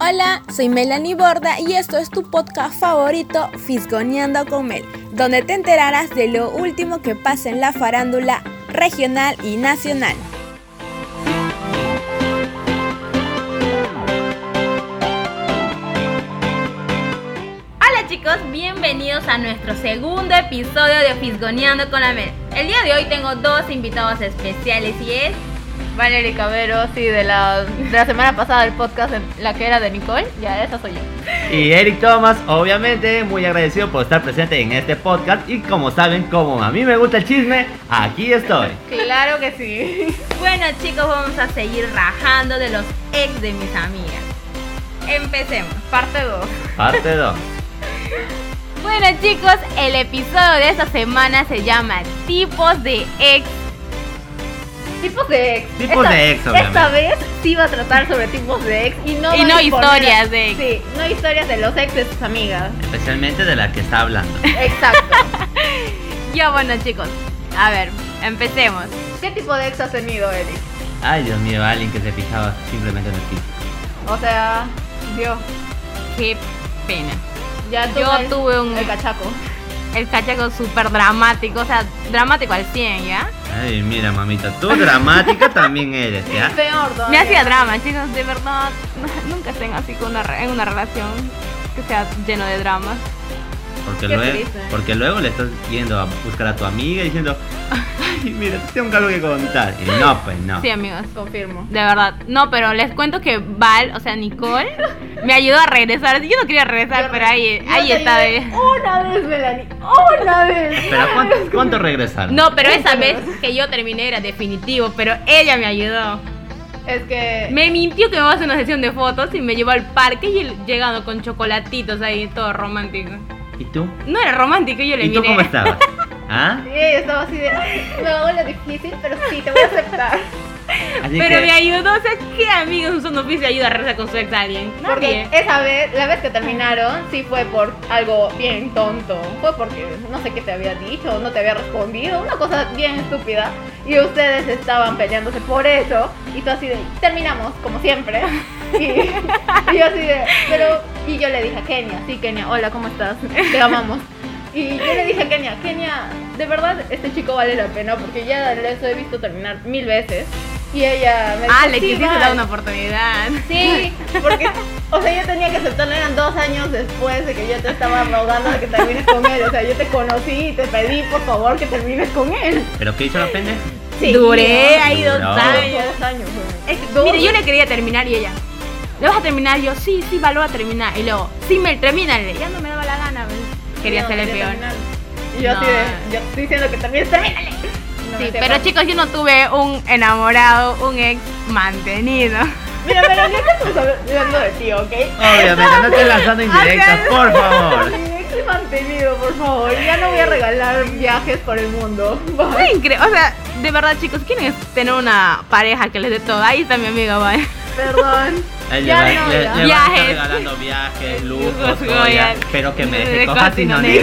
Hola, soy Melanie Borda y esto es tu podcast favorito, Fisgoneando con Mel, donde te enterarás de lo último que pasa en la farándula regional y nacional. Hola chicos, bienvenidos a nuestro segundo episodio de Fisgoneando con la Mel. El día de hoy tengo dos invitados especiales y es... Valerie Cabero, sí, de la semana pasada del podcast, la que era de Nicole, ya esa soy yo. Y Eric Thomas, obviamente muy agradecido por estar presente en este podcast. Y como saben, como a mí me gusta el chisme, aquí estoy. Claro que sí. Bueno chicos, vamos a seguir rajando de los ex de mis amigas. Empecemos. Parte 2. Parte 2. Bueno chicos, el episodio de esta semana se llama Tipos de ex. Tipos de ex. Tipos de ex, obviamente. Esta vez sí va a tratar sobre tipos de ex y no historias de ex. Sí, no historias de los ex de sus amigas. Especialmente de la que está hablando. Exacto. Ya bueno chicos, a ver, empecemos. ¿Qué tipo de ex has tenido, Eric? Ay, Dios mío, alguien que se fijaba simplemente en el físico. O sea, Dios. Qué pena. Ya Yo tuve el cachaco. El cachaco súper dramático, o sea, dramático al 100, ¿ya? Ay, mira, mamita, tú dramática también eres, ¿ya? Peor todavía. Me hacía drama, chicos, de verdad. Nunca estén así en una relación que sea lleno de dramas. Porque luego le estás yendo a buscar a tu amiga diciendo, ay, mira, tengo algo que contar. Y no, pues no. Sí, amigos. Confirmo. De verdad. No, pero les cuento que Val, o sea, Nicole, me ayudó a regresar. Yo no quería regresar, pero ahí está. Una vez, Melanie. Una vez. Pero ¿cuánto regresaron? No, pero esa vez que yo terminé era definitivo, pero ella me ayudó. Es que... Me mintió que me iba a hacer una sesión de fotos y me llevó al parque y llegando con chocolatitos ahí, todo romántico. ¿Y tú? No era romántico, yo le ¿Y tú cómo estabas? ¿Ah? Sí, estaba así de... Me hago lo difícil, pero sí, te voy a aceptar. Pero me ayudó, o sea, ¿qué amigos usando oficio ayuda a regresar con su ex a alguien? Porque esa vez, la vez que terminaron, sí fue por algo bien tonto. Fue porque no sé qué te había dicho, no te había respondido, una cosa bien estúpida. Y ustedes estaban peleándose por eso. Y tú así de, terminamos, como siempre. Y yo así de, pero... Y yo le dije a Kenia, sí Kenia, hola, ¿cómo estás? Te amamos. Y yo le dije a Kenia, de verdad este chico vale la pena porque ya les he visto terminar 1000 veces. Y ella me dijo, le quisiste dar una oportunidad. Sí, porque, o sea, yo tenía que aceptarlo, eran 2 años después de que yo te estaba rogando de que termines con él. O sea, yo te conocí y te pedí, por favor, que termines con él. ¿Pero qué hizo la pendeja? Sí, duré ahí 2 Duró. años. 2 años. Mire, yo le quería terminar y ella, ¿le vas a terminar? Y yo, sí, va, lo voy a terminar. Y luego, sí, termínale. Ya no me daba la gana, quería hacerle peor. Y yo así de, yo estoy diciendo que también termínale. Sí, pero chicos, yo no tuve un enamorado, un ex mantenido. Mira, pero ya estamos hablando de ti, ¿ok? Obviamente, no estés lanzando indirectas, por favor. Mi ex es mantenido, por favor. Ya no voy a regalar viajes por el mundo. Es increíble, o sea, de verdad chicos, ¿quieren tener una pareja que les dé todo? Ahí está mi amiga, ¿vale? Perdón. Le Ya va a Viajes. estar regalando viajes, lujos, Lujos, joyas, joyas. pero que me deje De cosas sinones.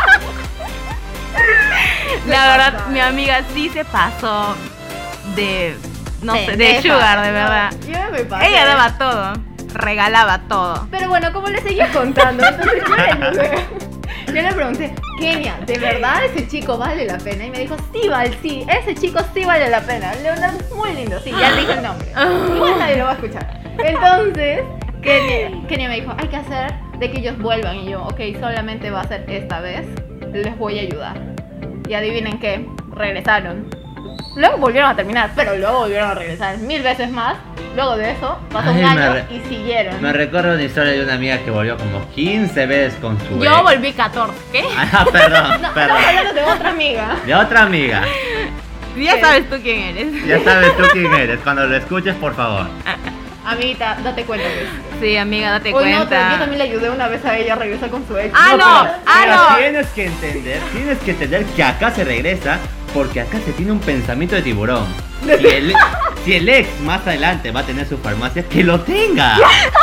La verdad, mi amiga sí se pasó de, no sé, de Pendeja. sugar, de verdad. Yo me pasé. Ella daba todo, regalaba todo. Pero bueno, como le seguía contando, entonces yo le pregunté, Kenia, ¿de verdad ese chico vale la pena? Y me dijo, sí, Val, sí, ese chico sí vale la pena. Leonardo es muy lindo, sí, ya le dije el nombre. Igual nadie lo va a escuchar. Entonces, Kenia me dijo, hay que hacer de que ellos vuelvan. Y yo, ok, solamente va a ser esta vez, les voy a ayudar. Y adivinen qué, regresaron. Luego volvieron a terminar, pero luego volvieron a regresar 1000 veces más. Luego de eso, pasó un año y siguieron. Me recuerdo una historia de una amiga que volvió como 15 veces con su ex. Yo volví 14, ¿qué? Ah, perdón, No, perdón. estamos hablando de otra amiga. De otra amiga. Ya sabes tú quién eres. Ya sabes tú quién eres. Cuando lo escuches, por favor. Amiguita, date cuenta que Sí, amiga, date Uy, no, cuenta. yo también le ayudé una vez a ella a regresar con su ex. No. Tienes que entender que acá se regresa porque acá se tiene un pensamiento de tiburón. Si el ex más adelante va a tener su farmacia, que lo tenga.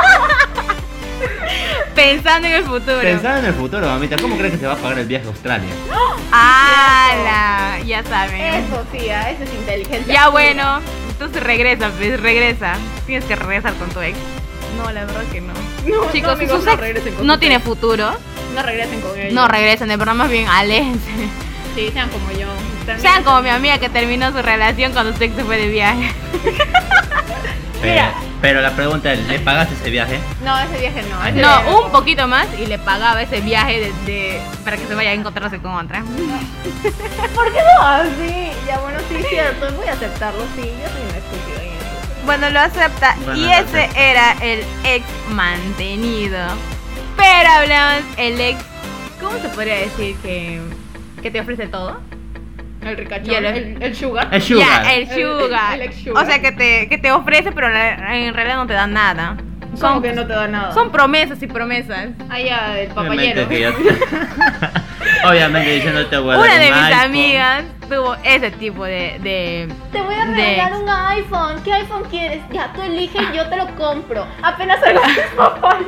Pensando en el futuro. Pensando en el futuro, mamita, ¿cómo crees que se va a pagar el viaje a Australia? ¡Hala! Ya saben. Eso sí, eso es inteligencia. Ya bueno, entonces regresa, pues regresa. Tienes que regresar con tu ex. No, la verdad que no. No, Chicos, amigos, sus no ex regresen con no sus tiene ex. futuro. No regresen con ellos. No regresen, de verdad, más bien aléjense. Sí, sean como yo. Sean como mi amiga que terminó su relación cuando su ex se fue de viaje. Mira. Pero la pregunta es, ¿le pagaste ese viaje? No, ese viaje no. ese No, viaje un poquito más y le pagaba ese viaje para que se vaya a encontrarse con otra. ¿Por qué no así? Ya, bueno, sí, es cierto. Voy a aceptarlo, sí. Yo soy una estúpida en eso. Bueno, lo acepta Bueno, y lo ese acepta. era el ex mantenido. Pero hablamos el ex, ¿cómo se podría decir que te ofrece todo? El ricachón. Y El sugar. El sugar. Ya, el sugar. El ex sugar. O sea, que te ofrece, pero en realidad no te da nada. Como que no te da nada. Son promesas y promesas. Allá el Obviamente papayero. que yo... Obviamente diciéndote voy a Una dar de un mis iPhone. amigas tuvo ese tipo de Te voy a de regalar ex. un iPhone. ¿Qué iPhone quieres? Ya, tú eliges, yo te lo compro. Apenas salga el papaya.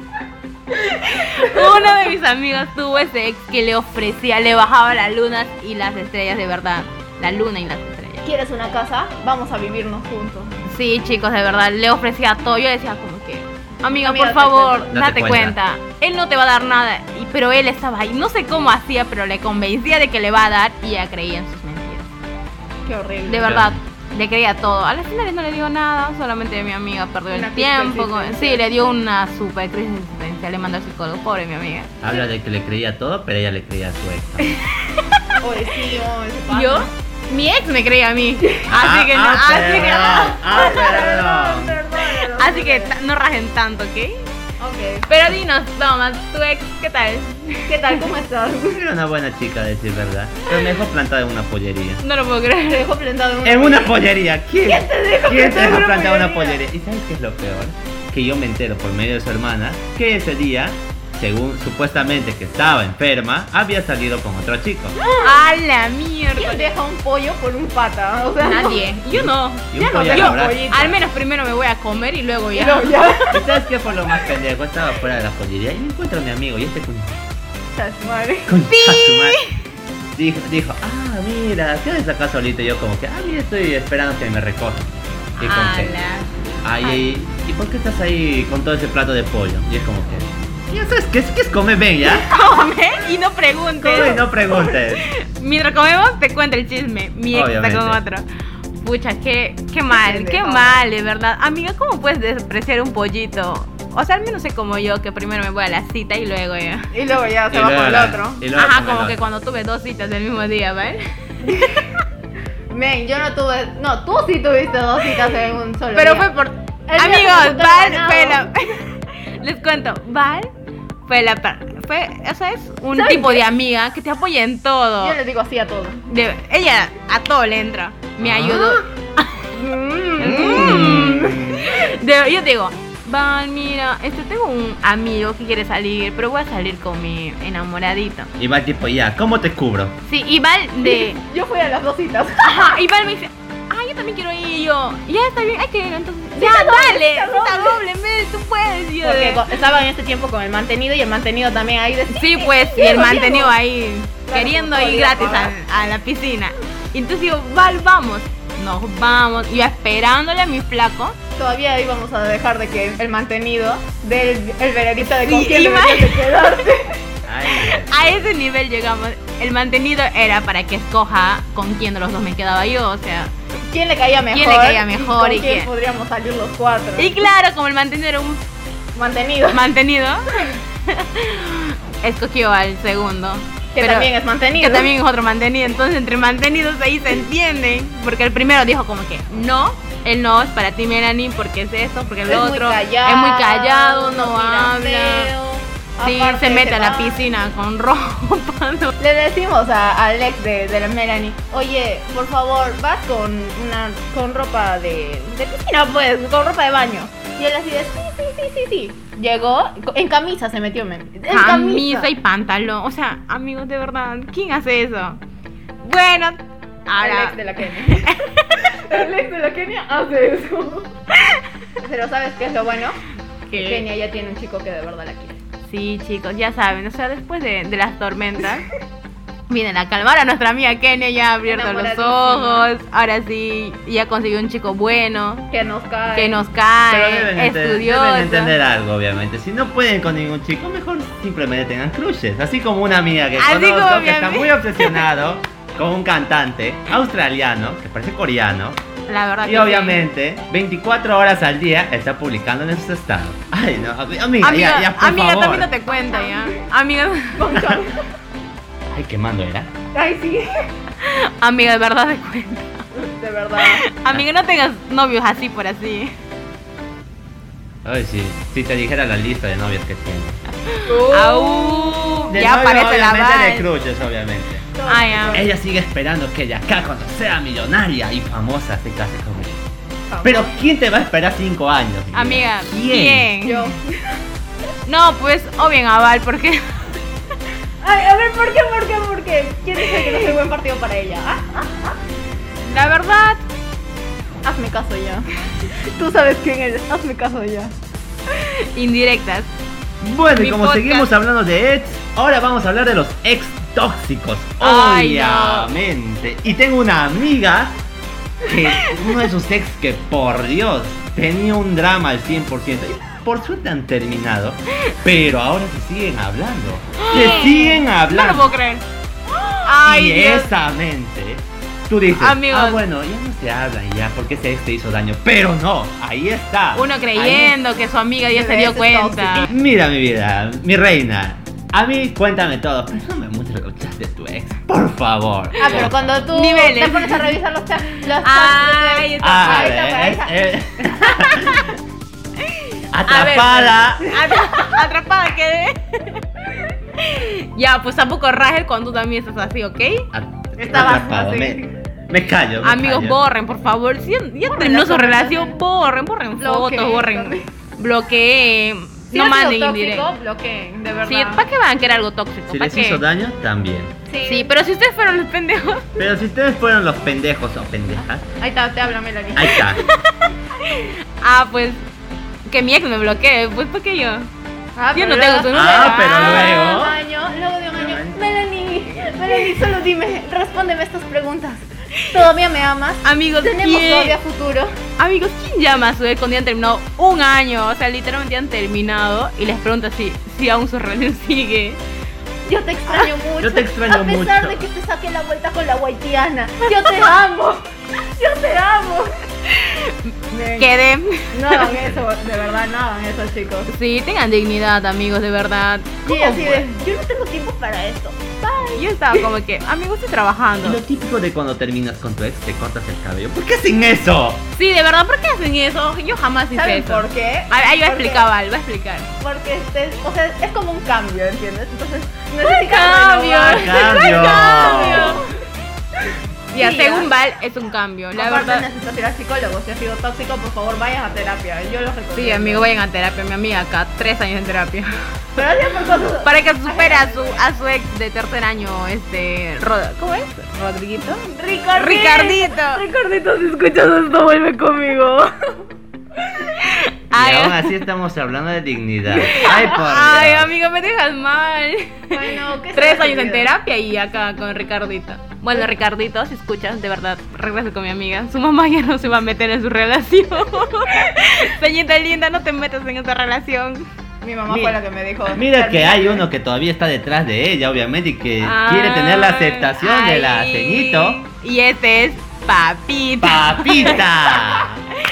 Uno de mis amigos tuvo ese ex que le ofrecía, le bajaba las lunas y las estrellas, de verdad. La luna y las estrellas. ¿Quieres una casa? Vamos a vivirnos juntos. Sí, chicos, de verdad, le ofrecía todo. Yo le decía como que, amiga, Amiga, por date favor, cuenta. date Date cuenta. Él no te va a dar nada, pero él estaba ahí. No sé cómo hacía, pero le convencía de que le va a dar y ella creía en sus mentiras. Qué horrible. De verdad, le creía todo. A las finales no le dio nada, solamente mi amiga perdió Una el crisis tiempo. existencial. Sí, le dio una super crisis existencial, le mandó al psicólogo, pobre mi amiga. Habla de que le creía todo, pero ella le creía a su ex también. Oye, sí, ese pasa. Yo, mi ex me creía a mí. Así que no, así que no rajen tanto, ¿ok? Ok. Pero dinos, Thomas, tu ex, ¿qué tal? ¿Qué tal? ¿Cómo estás? Era una buena chica, a decir verdad. Pero me dejó plantada en una pollería. No lo puedo Te creer. dejó plantado En una pollería. ¿Quién te dejó plantada en una plantada en una pollería? pollería? ¿Y sabes qué es lo peor? Que yo me entero por medio de su hermana que ese día, según supuestamente que estaba enferma, había salido con otro chico. A la ¿Quién mierda. deja un pollo por un pata? O sea, Nadie. Yo no. Y un Ya no pollo a dejo la brasa. pollito. Al menos primero me voy a comer y luego ya. No, ya. ¿Y sabes qué fue lo más pendejo? Estaba fuera de la pollería y me encuentro a mi amigo y este Chas, madre. concha su madre. Dijo, ah, mira, ¿qué haces acá solito? Y yo como que, ah, mira, estoy esperando que me recojan. Y como que, ay, ¿y por qué estás ahí con todo ese plato de pollo? Y es como que, ya sabes, ¿qué es comer? Ven, ¿ya? Come y no preguntes. Come y no preguntes. Mientras comemos te cuento el chisme. Mi ex está con otro. Pucha, qué mal, qué pendejo. mal, de verdad. Amiga, ¿cómo puedes despreciar un pollito? O sea, al menos sé como yo, que primero me voy a la cita y luego ya. Y luego ya se Y va luego con el la- otro. y luego Ajá, con el como que otro. cuando tuve 2 citas del mismo día, ¿vale? Men, yo no tuve. No, tú sí tuviste 2 citas en un solo Pero día. fue por... día Amigos, se puso Val ganado. fue la... Les cuento, Val fue la... o sea, es un ¿Sabes tipo qué? de amiga que te apoya en todo. Yo les digo así a todos. Ella a todo le entra. Me Ah. ayudó. Yo te digo, Val, mira, tengo un amigo que quiere salir, pero voy a salir con mi enamoradito. Y va el tipo, ya, ¿cómo te cubro? Sí, y Val de... Yo fui a las 2 citas. Ajá, y Val me dice, yo también quiero ir. Y yo, ya está bien, hay que ir. Entonces, ya, Cita doble, dale, cita cita doble. doble, men, tú puedes. Y yo Porque de- estaba en este tiempo con el mantenido y el mantenido también ahí de Sí, pues, y el Diego, mantenido Diego. ahí, Claro, queriendo como ir todo gratis Diego, a la piscina. Y entonces digo, Val, vamos. Nos vamos. Y yo esperándole a mi flaco. Todavía íbamos a dejar de que el mantenido del el veredicto de con Sí, quién y deberías de quedarte. Ay, A ese nivel llegamos. El mantenido era para que escoja con quién de los dos me quedaba yo. O sea, ¿Quién le caía mejor? ¿Quién le caía mejor ¿Con y quién quién? podríamos salir los 4? y claro, como el mantenido era un Mantenido. mantenido, escogió al segundo. Que también es mantenido. Que también es otro mantenido. Entonces, entre mantenidos ahí se entienden. Porque el primero dijo como que no, él no es para ti, Melanie, porque es esto, porque el es otro muy callado, es muy callado, no mira habla. feo, Sí, aparte se mete se a la va. piscina con ropa. ¿no? Le decimos a Alex de la Melanie, oye, por favor, vas con ropa de piscina, pues, con ropa de baño. Y él así de, sí. Llegó, en camisa se metió, men. En Camisa y pantalón. O sea, amigos, de verdad, ¿quién hace eso? Bueno, ahora. Alex de la Kenia. Alex de la Kenia hace eso. Pero ¿sabes qué es lo bueno? Que ¿Qué? Kenia ya tiene un chico que de verdad la quiere. Sí, chicos, ya saben, o sea, después de las tormentas, viene la calma. Ahora nuestra amiga Kenia ya ha abierto los ojos. Ahora sí, ya consiguió un chico bueno. Que nos cae. Pero estudioso. deben entender algo, obviamente. Si no pueden con ningún chico, mejor simplemente tengan crushes. Así como una amiga que conozco que está muy obsesionado con un cantante australiano que parece coreano. La verdad y que obviamente, 24 horas al día está publicando en sus estados. Ay, no, amiga, ya, por amiga, favor. también no te cuenta ya. Amiga. Ay, qué mando era. Ay, sí. Amiga, de verdad te cuenta. De verdad. Amiga, no tengas novios así por así. Ay, sí, si te dijera la lista de novios que tiene. Au, De ya novio, aparece la obviamente, de van. crushes, obviamente. Ay, ya. Ella sigue esperando que de acá cuando sea millonaria y famosa se case con él. Pero ¿quién te va a esperar 5 años? Amiga, ¿Quién? ¿quién? Yo. No, pues, o bien Aval, porque Ay, a ver, ¿por qué? ¿Quién dice que no soy buen partido para ella? la verdad, Hazme caso ya. Tú sabes quién eres, hazme caso ya. indirectas. Bueno, y Mi como podcast. seguimos hablando de ex, ahora vamos a hablar de los ex tóxicos. Ay, no. Obviamente. Y tengo una amiga que uno de sus ex que, por Dios, tenía un drama al 100%. Y por suerte han terminado. Pero ahora se siguen hablando. Se siguen No lo hablando. puedo creer. Ay, y Dios. esa mente, tú dices, Amigos. bueno, ya no se hablan y ya, porque ese ex te hizo daño. Pero no, ahí está. Uno creyendo que su amiga ya se dio Ese es cuenta. tóxico. Mira mi vida, mi reina. A mí cuéntame todo, pero no me muestres los chats de tu ex, por favor. Ah, pero cuando tú Niveles. te pones a revisar los chats. Ay, está Ah, ahí está, ahí está. Atrapada. Atrapada quedé. Ya, pues tampoco rajes cuando tú también estás así, ¿ok? Estabas Atrapado. así. Me callo. me Amigos, callo. borren, por favor. Si ya Borren terminó las su relación, conversaciones. borren Bloqueen fotos, borren. también. Bloqueen. Si No ha sido manden tóxico, indirecto. bloqueen, de verdad. Sí, ¿para qué van a querer algo tóxico? Si ¿Para les qué? hizo daño, también. Sí, pero si ustedes fueron los pendejos. Pero si ustedes fueron los pendejos o pendejas, Ahí está, te habla Melanie. ahí está. Ah, pues. Que mi ex me bloquee. Pues, ¿por qué yo? Ah, Yo pero no tengo luego- tu número. Ah, pero luego. Luego de un año. Melanie, solo dime, respóndeme estas preguntas. ¿Todavía me amas? Amigos, ¿Tenemos ¿quién? todavía futuro? Amigos, ¿quién llama a su ex cuando ya han terminado un año? O sea, literalmente han terminado y les pregunta si aún su relación sigue. Yo te extraño mucho. Yo te extraño A pesar mucho. de que te saqué la vuelta con la haitiana. Yo te amo. Yo te amo. Quedé. No hagan eso, de verdad, no hagan eso, chicos. Sí, tengan dignidad, amigos, de verdad. Y ¿Cómo así fue? de, yo no tengo tiempo para esto. Bye. Yo estaba como que, amigos, estoy Y trabajando. lo típico de cuando terminas con tu ex, te cortas el cabello. ¿Por qué hacen eso? Sí, de verdad, ¿por qué hacen eso? Yo jamás hice ¿Saben eso. por qué? A ver, ahí va a Porque- explicar, Val, va a explicar. Porque o sea, es como un cambio, ¿entiendes? Entonces, cambio? renovar. ¡Cambio! Ya, Sí, según ya. Val, es un cambio. La Aparte verdad. necesitas ir al psicólogo. Si has sido tóxico, por favor, vayas a terapia. Yo lo recomiendo. Sí, amigo, vayan a terapia. Mi amiga acá, 3 años en terapia. Pero ya por cosas. Para que supere a su ex de tercer año, ¿cómo es? ¿Rodriguito? Ricardito, si escuchas esto, vuelve conmigo. Y aún así estamos hablando de dignidad. Ay, por Ay, Dios. amiga, me dejas mal. Bueno, ¿qué 3 será años tu en vida? terapia y acá con Ricardito. Bueno, Ricardito, si escuchas, de verdad, regresa con mi amiga. Su mamá ya no se va a meter en su relación. Señorita linda, no te metas en esa relación. Mi mamá fue la que me dijo. Mira que "Termina". hay uno que todavía está detrás de ella, obviamente, y que Ay, quiere tener la aceptación de la ay. ceñito. Y este es Papita. ¡Papita!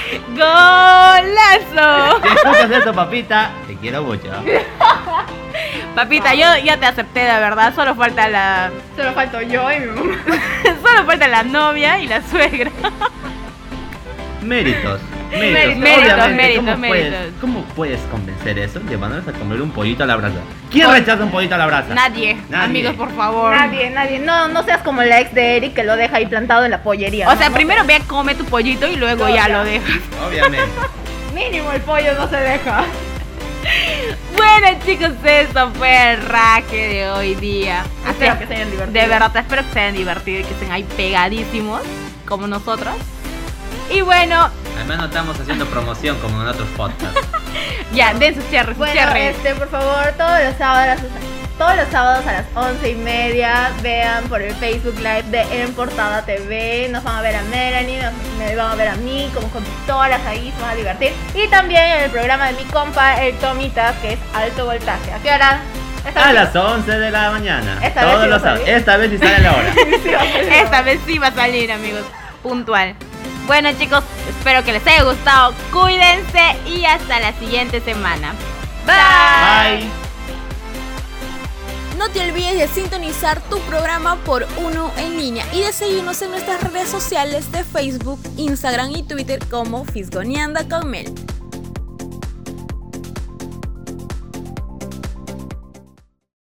¡Golazo! Si escuchas esto, papita, te quiero mucho. Papita, yo ya te acepté, de verdad. Solo falta la. Solo falto yo y mi mamá. Solo falta la novia y la suegra. Méritos. Méritos, Obviamente, ¿cómo méritos. ¿cómo puedes convencer eso llevándolos a comer un pollito a la brasa? ¿Quién rechaza un pollito a la brasa? Nadie. Nadie. Amigos, por favor. Nadie. No seas como la ex de Eric que lo deja ahí plantado en la pollería. O sea, No primero ve, come tu pollito y luego No, ya ya. lo dejas. Obviamente. mínimo el pollo no se deja. Bueno, chicos, eso fue el raje de hoy día. Espero que se hayan divertido. De verdad, espero que se hayan divertido y que estén ahí pegadísimos, como nosotros. Y bueno, Al menos estamos haciendo promoción como en otros podcasts. ya, den sus cherries, sus Bueno, cherries. por favor, todos los sábados todos los sábados a las 11:30. Vean por el Facebook Live de En Portada TV. Nos van a ver a Melanie, me van a ver a mí como conductoras ahí, se van a divertir. Y también en el programa de mi compa, el Tomitas, que es Alto Voltaje. ¿A qué hora? A las 11 de la mañana. Todos los sábados. Esta vez sí sale la hora. Esta vez sí va a salir, amigos. Puntual. Bueno, chicos, espero que les haya gustado. Cuídense y hasta la siguiente semana. Bye. No te olvides de sintonizar tu programa por Uno en línea y de seguirnos en nuestras redes sociales de Facebook, Instagram y Twitter como Fisgoneando con Mel.